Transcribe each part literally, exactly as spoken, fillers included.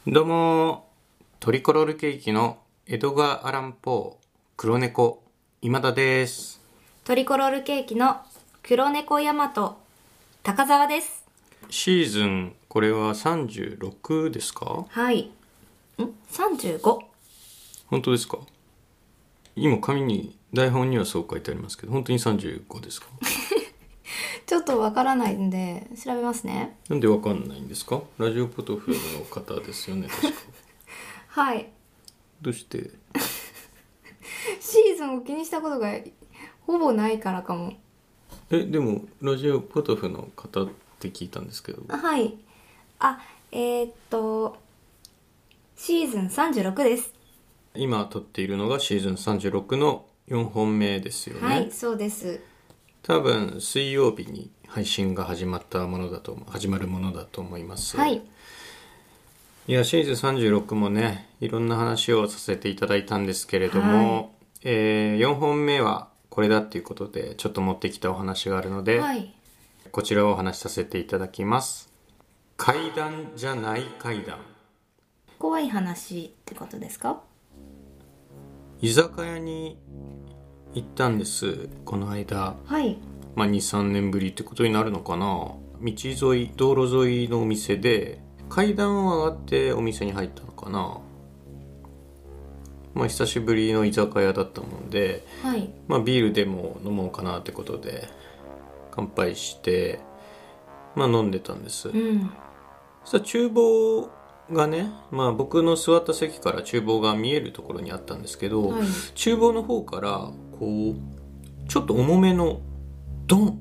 どうもトリコロールケーキのエドガー・アラン・ポー黒猫今田です。 トリコロールケーキの黒猫ヤマト高澤です。 シーズンこれはさんじゅうろくですか？ はい。ん ?さんじゅうご。 本当ですか？今紙に台本にはそう書いてありますけど本当にさんじゅうごですか？ ちょっとわからないんで調べますね。 なんでわかんないんですか？ラジオポトフの方ですよね確か。 はい。 どうして？ シーズンを気にしたことがほぼないからかも。 えでもラジオポトフの方って聞いたんですけど。 はい。あ、えー、っとシーズンさんじゅうろくです。 今撮っているのがシーズンさんじゅうろくのよんほんめですよね。 はい、そうです。 多分水曜日に配信が始まったものだと始まるものだと思います。 はい。 いやシーズンさんじゅうろくもねいろんな話をさせていただいたんですけれども、 はいえー、よんほんめはこれだっていうことでちょっと持ってきたお話があるので、 はい。 こちらをお話しさせていただきます。怪談じゃない怪談。 怖い話ってことですか？ 居酒屋に行ったんですこの間。 はい。 まあ、にさんねんぶりってことになるのかな。道沿い道路沿いのお店で階段を上がってお店に入ったのかな。まあ久しぶりの居酒屋だったもんで、 はい。 まあ、ビールでも飲もうかなってことで乾杯してまあ飲んでたんです。 うん。 そしたら厨房がね、まあ、僕の座った席から厨房が見えるところにあったんですけど、 はい。 厨房の方からこうちょっと重めのドン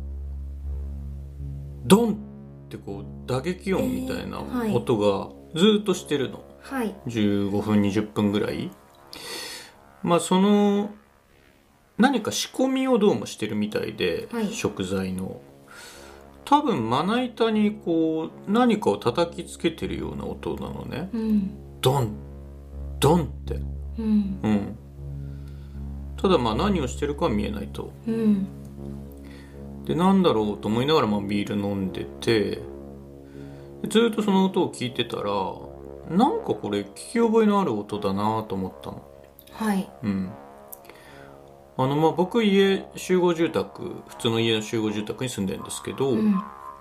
ドンってこう打撃音みたいなえーはい音がずっとしてるの、 はい。 じゅうごふんにじゅっぷんぐらい。まあその何か仕込みをどうもしてるみたいで、 はい食材の多分まな板にこう何かを叩きつけてるような音なのね。 うん。 ドンドンってうん。 うんただまあ何をしてるかは見えないと。 うん。 でなんだろうと思いながらまあビール飲んでて、ずっとその音を聞いてたらなんかこれ聞き覚えのある音だなと思ったの。 はい。 うんあのまあ僕家集合住宅普通の家の集合住宅に住んでるんですけど、 うん。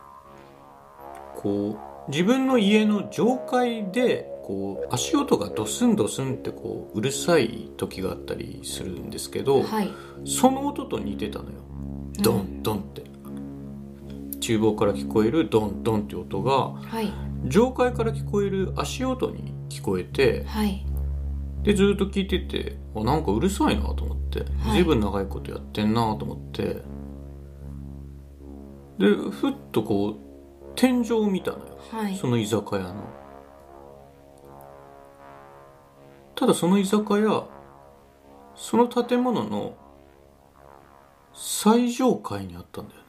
こう自分の家の上階でこう足音がドスンドスンってこううるさい時があったりするんですけど、 はい。 その音と似てたのよ。ドンドンって、厨房から聞こえるドンドンって音がはい。 上階から聞こえる足音に聞こえて、 はい。 でずっと聞いててあなんかうるさいなと思って、 はい随分長いことやってんなと思って、でふっとこう天井を見たのよ、 はい。 その居酒屋の。ただその居酒屋その建物の最上階にあったんだよね。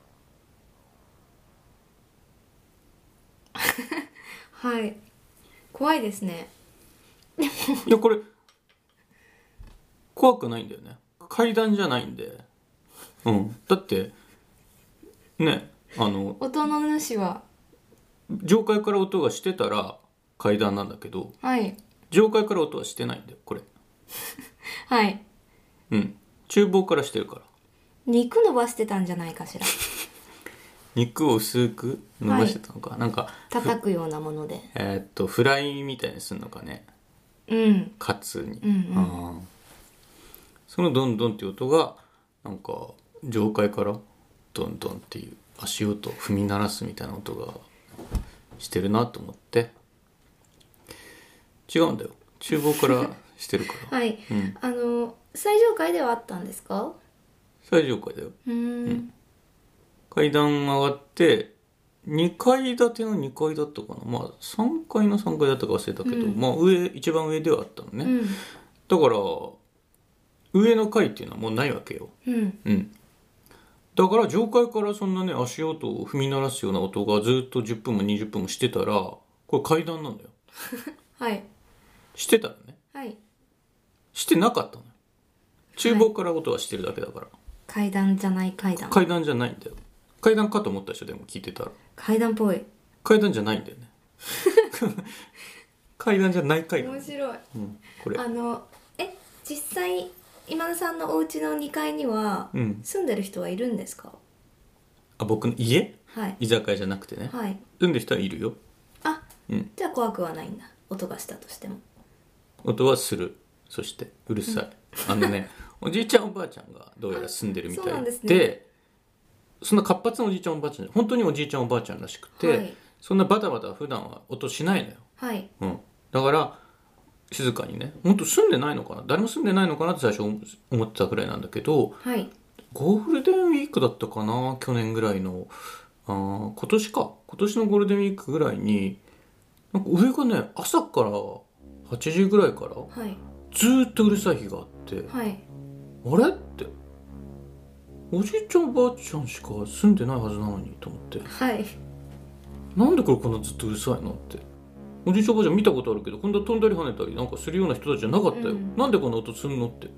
はい。怖いですね。 いやこれ怖くないんだよね。階段じゃないんで。うんだってねあの音の主は、 上階から音がしてたら階段なんだけど、 はい。 上階から音はしてないんだよこれ。 はい。 うん厨房からしてるから。 肉伸ばしてたんじゃないかしら。 肉を薄く伸ばしてたのか、なんか叩くようなもので。 えーっとフライみたいにするのかね、 うん。 カツに、 うんうんあーそのドンドンっていう音がなんか上階からドンドンっていう足音踏み鳴らすみたいな音がしてるなと思って。違うんだよ厨房からしてるからはい。 うんあの、最上階ではあったんですか？ 最上階だよ。 うーん。 階段上がってにかい建てのにかいだったかな、まあさんがいのさんがいだったか忘れたけど、 うんまあ上一番上ではあったのね、 うん。 だから上の階っていうのはもうないわけよ。 うん。 うんだから上階からそんなね足音を踏み鳴らすような音がずっとじゅっぷんもにじゅっぷんもしてたらこれ階段なんだよ。 はい。 してたらね、 はい。 してなかったのよ。厨房から音がしてるだけだから、 階段じゃない階段。 階段じゃないんだよ。階段かと思った人でも聞いてたら階段っぽい。 階段じゃないんだよね。 階段じゃない階段。 面白い。 うん、これあのえ実際今田さんのお家のにかいにはうん住んでる人はいるんですか？ あ僕の家はい居酒屋じゃなくてね、 はい。 住んでる人はいるよ。 あ、 うんじゃあ怖くはないんだ、音がしたとしても。 音はする。そしてうるさい、あのねおじいちゃんおばあちゃんがどうやら住んでるみたいあそうなんでですねそんな活発なおじいちゃんおばあちゃん本当におじいちゃんおばあちゃんらしくて、 はいそんなバタバタ普段は音しないのよ、 はいうん、だから静かにね本当住んでないのかな誰も住んでないのかなって最初思ってたぐらいなんだけど、 はいゴールデンウィークだったかな去年ぐらいのあー今年か今年のゴールデンウィークぐらいになんか上がね朝からはちじぐらいからはいずーっとうるさい日があって、 はいあれっておじいちゃんおばあちゃんしか住んでないはずなのにと思ってはいなんでこれこんなずっとうるさいのっておじいちゃんおばあちゃん見たことあるけどこんな飛んだり跳ねたりなんかするような人たちじゃなかったよ、 うんなんでこんな音すんのって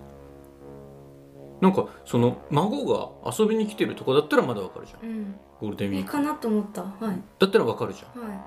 なんかその孫が遊びに来てるとこだったらまだわかるじゃんうんゴールデンウィークえかなと思った。はいだったらわかるじゃんは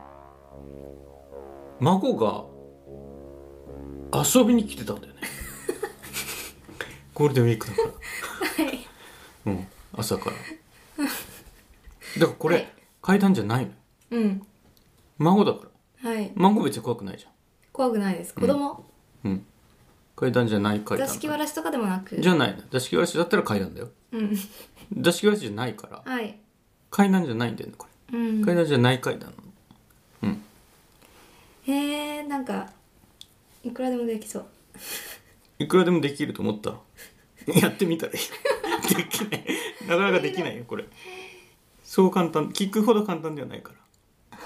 孫が遊びに来てたんだよねゴールデンウィークだからいはいうん朝からだからこれ、 はい階段じゃないのうん孫だからはい孫別に怖くないじ怖くないです。子供、 ゃんうん階段じゃない階段座敷わらしとかでもなくじゃないの座敷わらしだったら階段だようん座敷わらしじゃないからはい階段じゃないんだよねこれ、 うん階段じゃない階段なのうんへえなんかいくらでもできそう。 いくらでもできると思ったやってみたらいいできないなかなかできないよこれそう簡単聞くほど簡単ではないから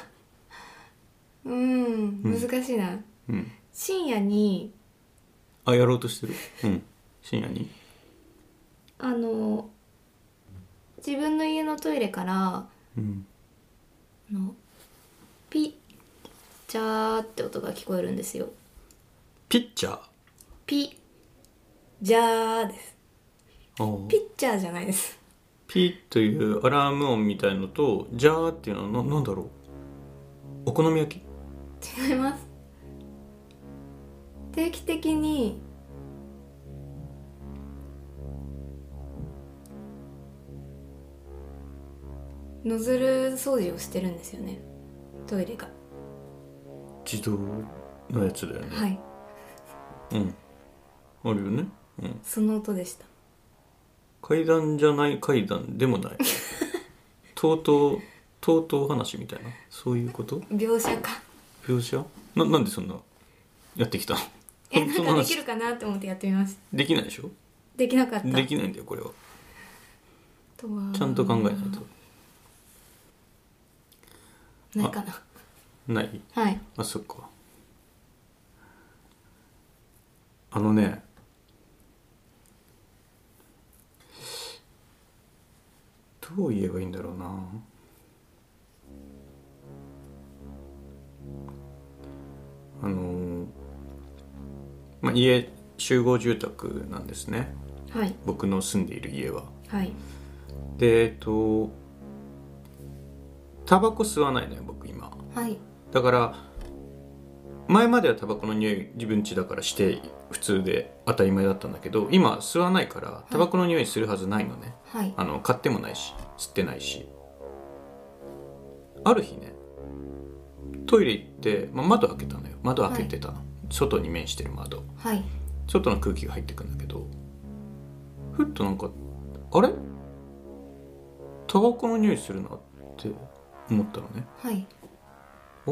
うん難しいな、 うん深夜にあやろうとしてるうん深夜にあの自分の家のトイレからうんあのピッチャーって音が聞こえるんですよ。 ピッチャーピジャーです。 あーピッチャーじゃないです。 ピッというアラーム音みたいのとジャーっていうのはななんだろうお好み焼き違います。定期的にノズル掃除をしてるんですよね、トイレが。 自動のやつだよねはいうんあるよねうんその音でした。 階段じゃない階段でもないとうとうとうとう話みたいなそういうこと描写か描写ななんでそんなやってきたのえなんかで本当の話きるかなと思ってやってみました。 できないでしょできなかった。 できないんだよこれはとはちゃんと考えないとないかな。 ないはいあそっかあのねどう言えばいいんだろうなあのーまあ、家集合住宅なんですねはい僕の住んでいる家ははいでえっとタバコ吸わないのよ僕今はいだから前まではタバコの匂い自分家だからして普通で当たり前だったんだけど今吸わないからタバコの匂いするはずないのね、 はいあの買ってもないし吸ってないしある日ねトイレ行って、まあ、窓開けたのよ窓開けてたの、外に面してる窓はい外の空気が入ってくんだけどふっとなんかあれタバコの匂いするなって思ったのねはいあれ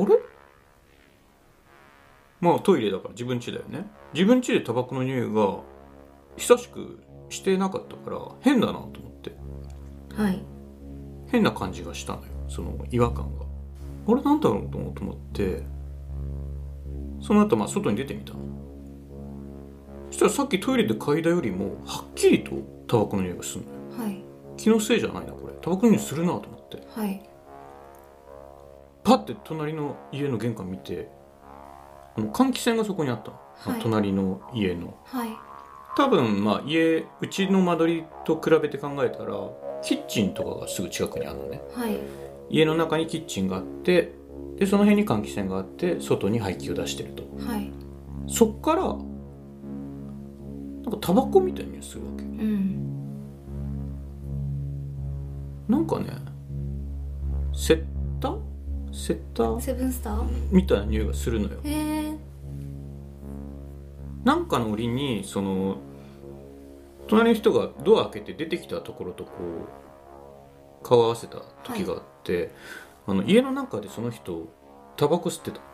まあトイレだから自分家だよね自分家でタバコの匂いが久しくしてなかったから変だなと思ってはい変な感じがしたのよその違和感があれなんだろうと思ってその後まあ外に出てみたのそしたらさっきトイレで嗅いだよりもはっきりとタバコの匂いがするのよはい気のせいじゃないなこれタバコの匂いするなと思ってはいパッて隣の家の玄関見てあの換気扇がそこにあったの、 はい隣の家のはい多分まあ家うちの間取りと比べて考えたらキッチンとかがすぐ近くにあるのねはい家の中にキッチンがあってでその辺に換気扇があって外に排気を出してると。 はい。 そっからなんかタバコみたいな匂いするわけ。 うん。 なんかねセッタセッタセブンスターみたいな匂いがするのよ。 へえ。 なんかの折にその隣の人がドア開けて出てきたところとこう顔を合わせた時があって、はい、あの家の中でその人タバコ吸ってた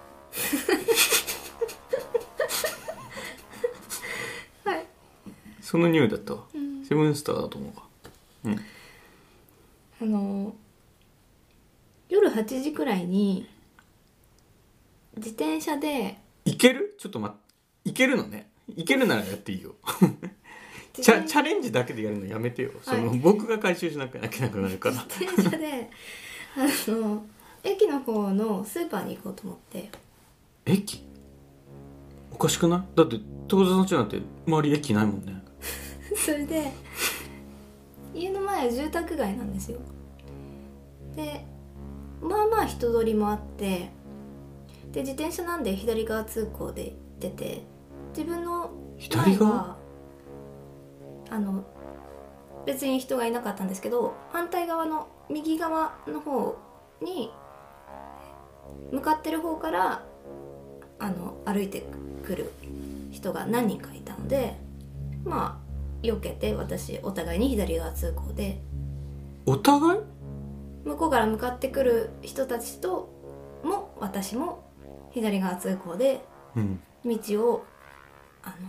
はい。 その匂いだったわ、 うん、 セブンスターだと思うわ。うん。 あの夜はちじくらいに自転車で行ける？ちょっと待って、行けるのね。行けるならやっていいよチャ, チャレンジだけでやるのやめてよ、はい、その僕が回収しなきゃいけなくなるから自転車であの駅の方のスーパーに行こうと思って。 駅？おかしくない？だって東田さん家なんて周り駅ないもんねそれで家の前は住宅街なんですよ。でまあまあ人通りもあって、で自転車なんで左側通行で行ってて、自分の左側あの別に人がいなかったんですけど、反対側の右側の方に向かってる方からあの歩いてくる人が何人かいたので、まあ避けて私お互いに左側通行で。 お互い？ 向こうから向かってくる人たちとも私も左側通行で道を、あの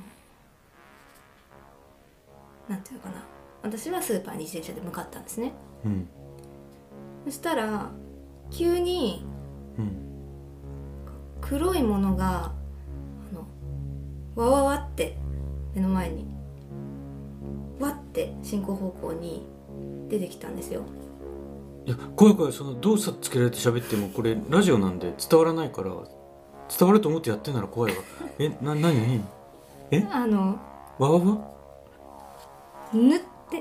なんていうのかな、私はスーパーに自転車で向かったんですね、 うん、 そしたら急にうん、 黒いものがあのわわわって目の前にわって進行方向に出てきたんですよ。 いや怖い怖い、その動作つけられて喋ってもこれラジオなんで伝わらないから、伝わると思ってやってんなら怖いわ。え、な、なにえあのわわわぬって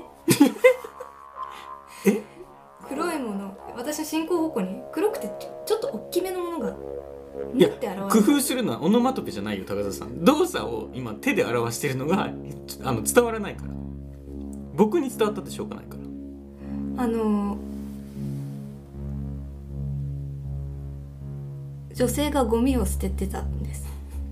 え黒いもの、私の進行方向に黒くてちょっと大きめのものがぬって現れる。工夫するのはオノマトペじゃないよ高田さん。動作を今手で表してるのがあの伝わらないから、僕に伝わったってしょうがないから。 あの女性がゴミを捨ててたんです。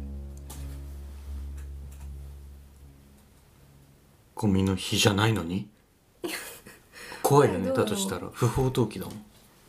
ゴミの日じゃないのに怖いよね。だとしたら不法投棄だもん。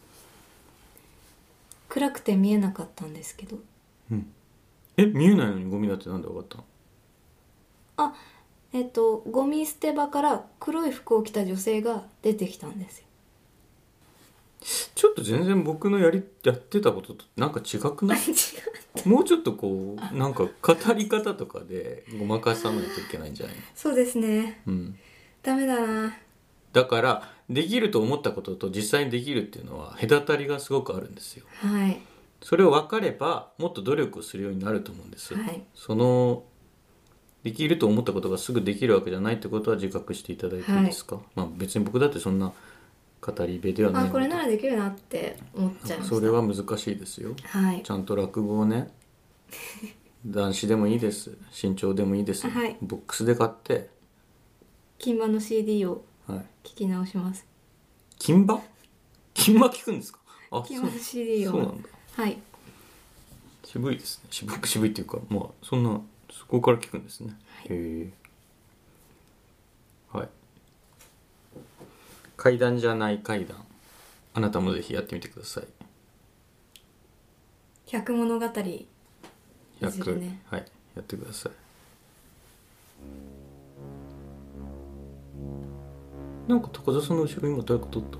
暗くて見えなかったんですけど、 うん、え、見えないのにゴミだってなんで分かったの？ あ、えっとゴミ捨て場から黒い服を着た女性が出てきたんですよ。 ちょっと全然僕のやりやってたこととなんか違くない？もうちょっとこうなんか語り方とかでごまかさないといけないんじゃないの？ そうですね、 うん、 ダメだな。 だからできると思ったことと実際にできるっていうのは隔たりがすごくあるんですよ。 はい。 それを分かればもっと努力をするようになると思うんです、 はい、 そのできると思ったことがすぐできるわけじゃないってことは自覚していただいていいですか？はい、まあ別に僕だってそんな語り部ではないので、 あ、これならできるなって思っちゃいました。 それは難しいですよ、 はい、 ちゃんと落語をね男子でもいいです、身長でもいいです、 はい、 ボックスで買って金馬の シーディー を聞き直します。はい、 金馬金馬聞くんですか？あ、 金馬の シーディー を。 そうなんだ。 はい、 渋いですね。渋く渋いっていうか、まあそんなそこから聞くんですね。はい、へえ。はい。階段じゃない階段、あなたもぜひやってみてください。 百物語、ね、 百、はい、やってください。なんか高田さんの後ろ今誰か撮った？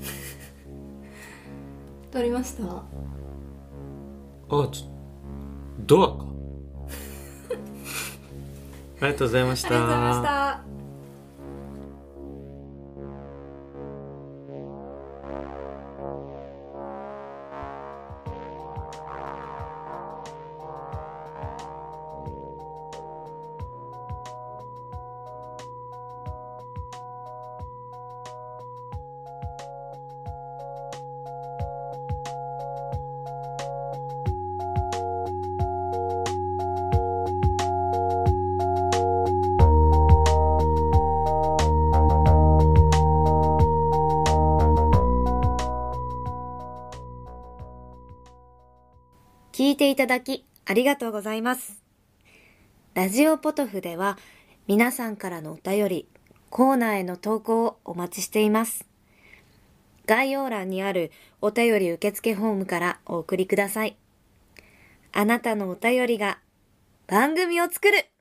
撮りました。 あ、ちドアかありがとうございました。 ありがとうございました。 聞いていただきありがとうございます。ラジオポトフでは皆さんからのお便り、コーナーへの投稿をお待ちしています。概要欄にあるお便り受付フォームからお送りください。あなたのお便りが番組を作る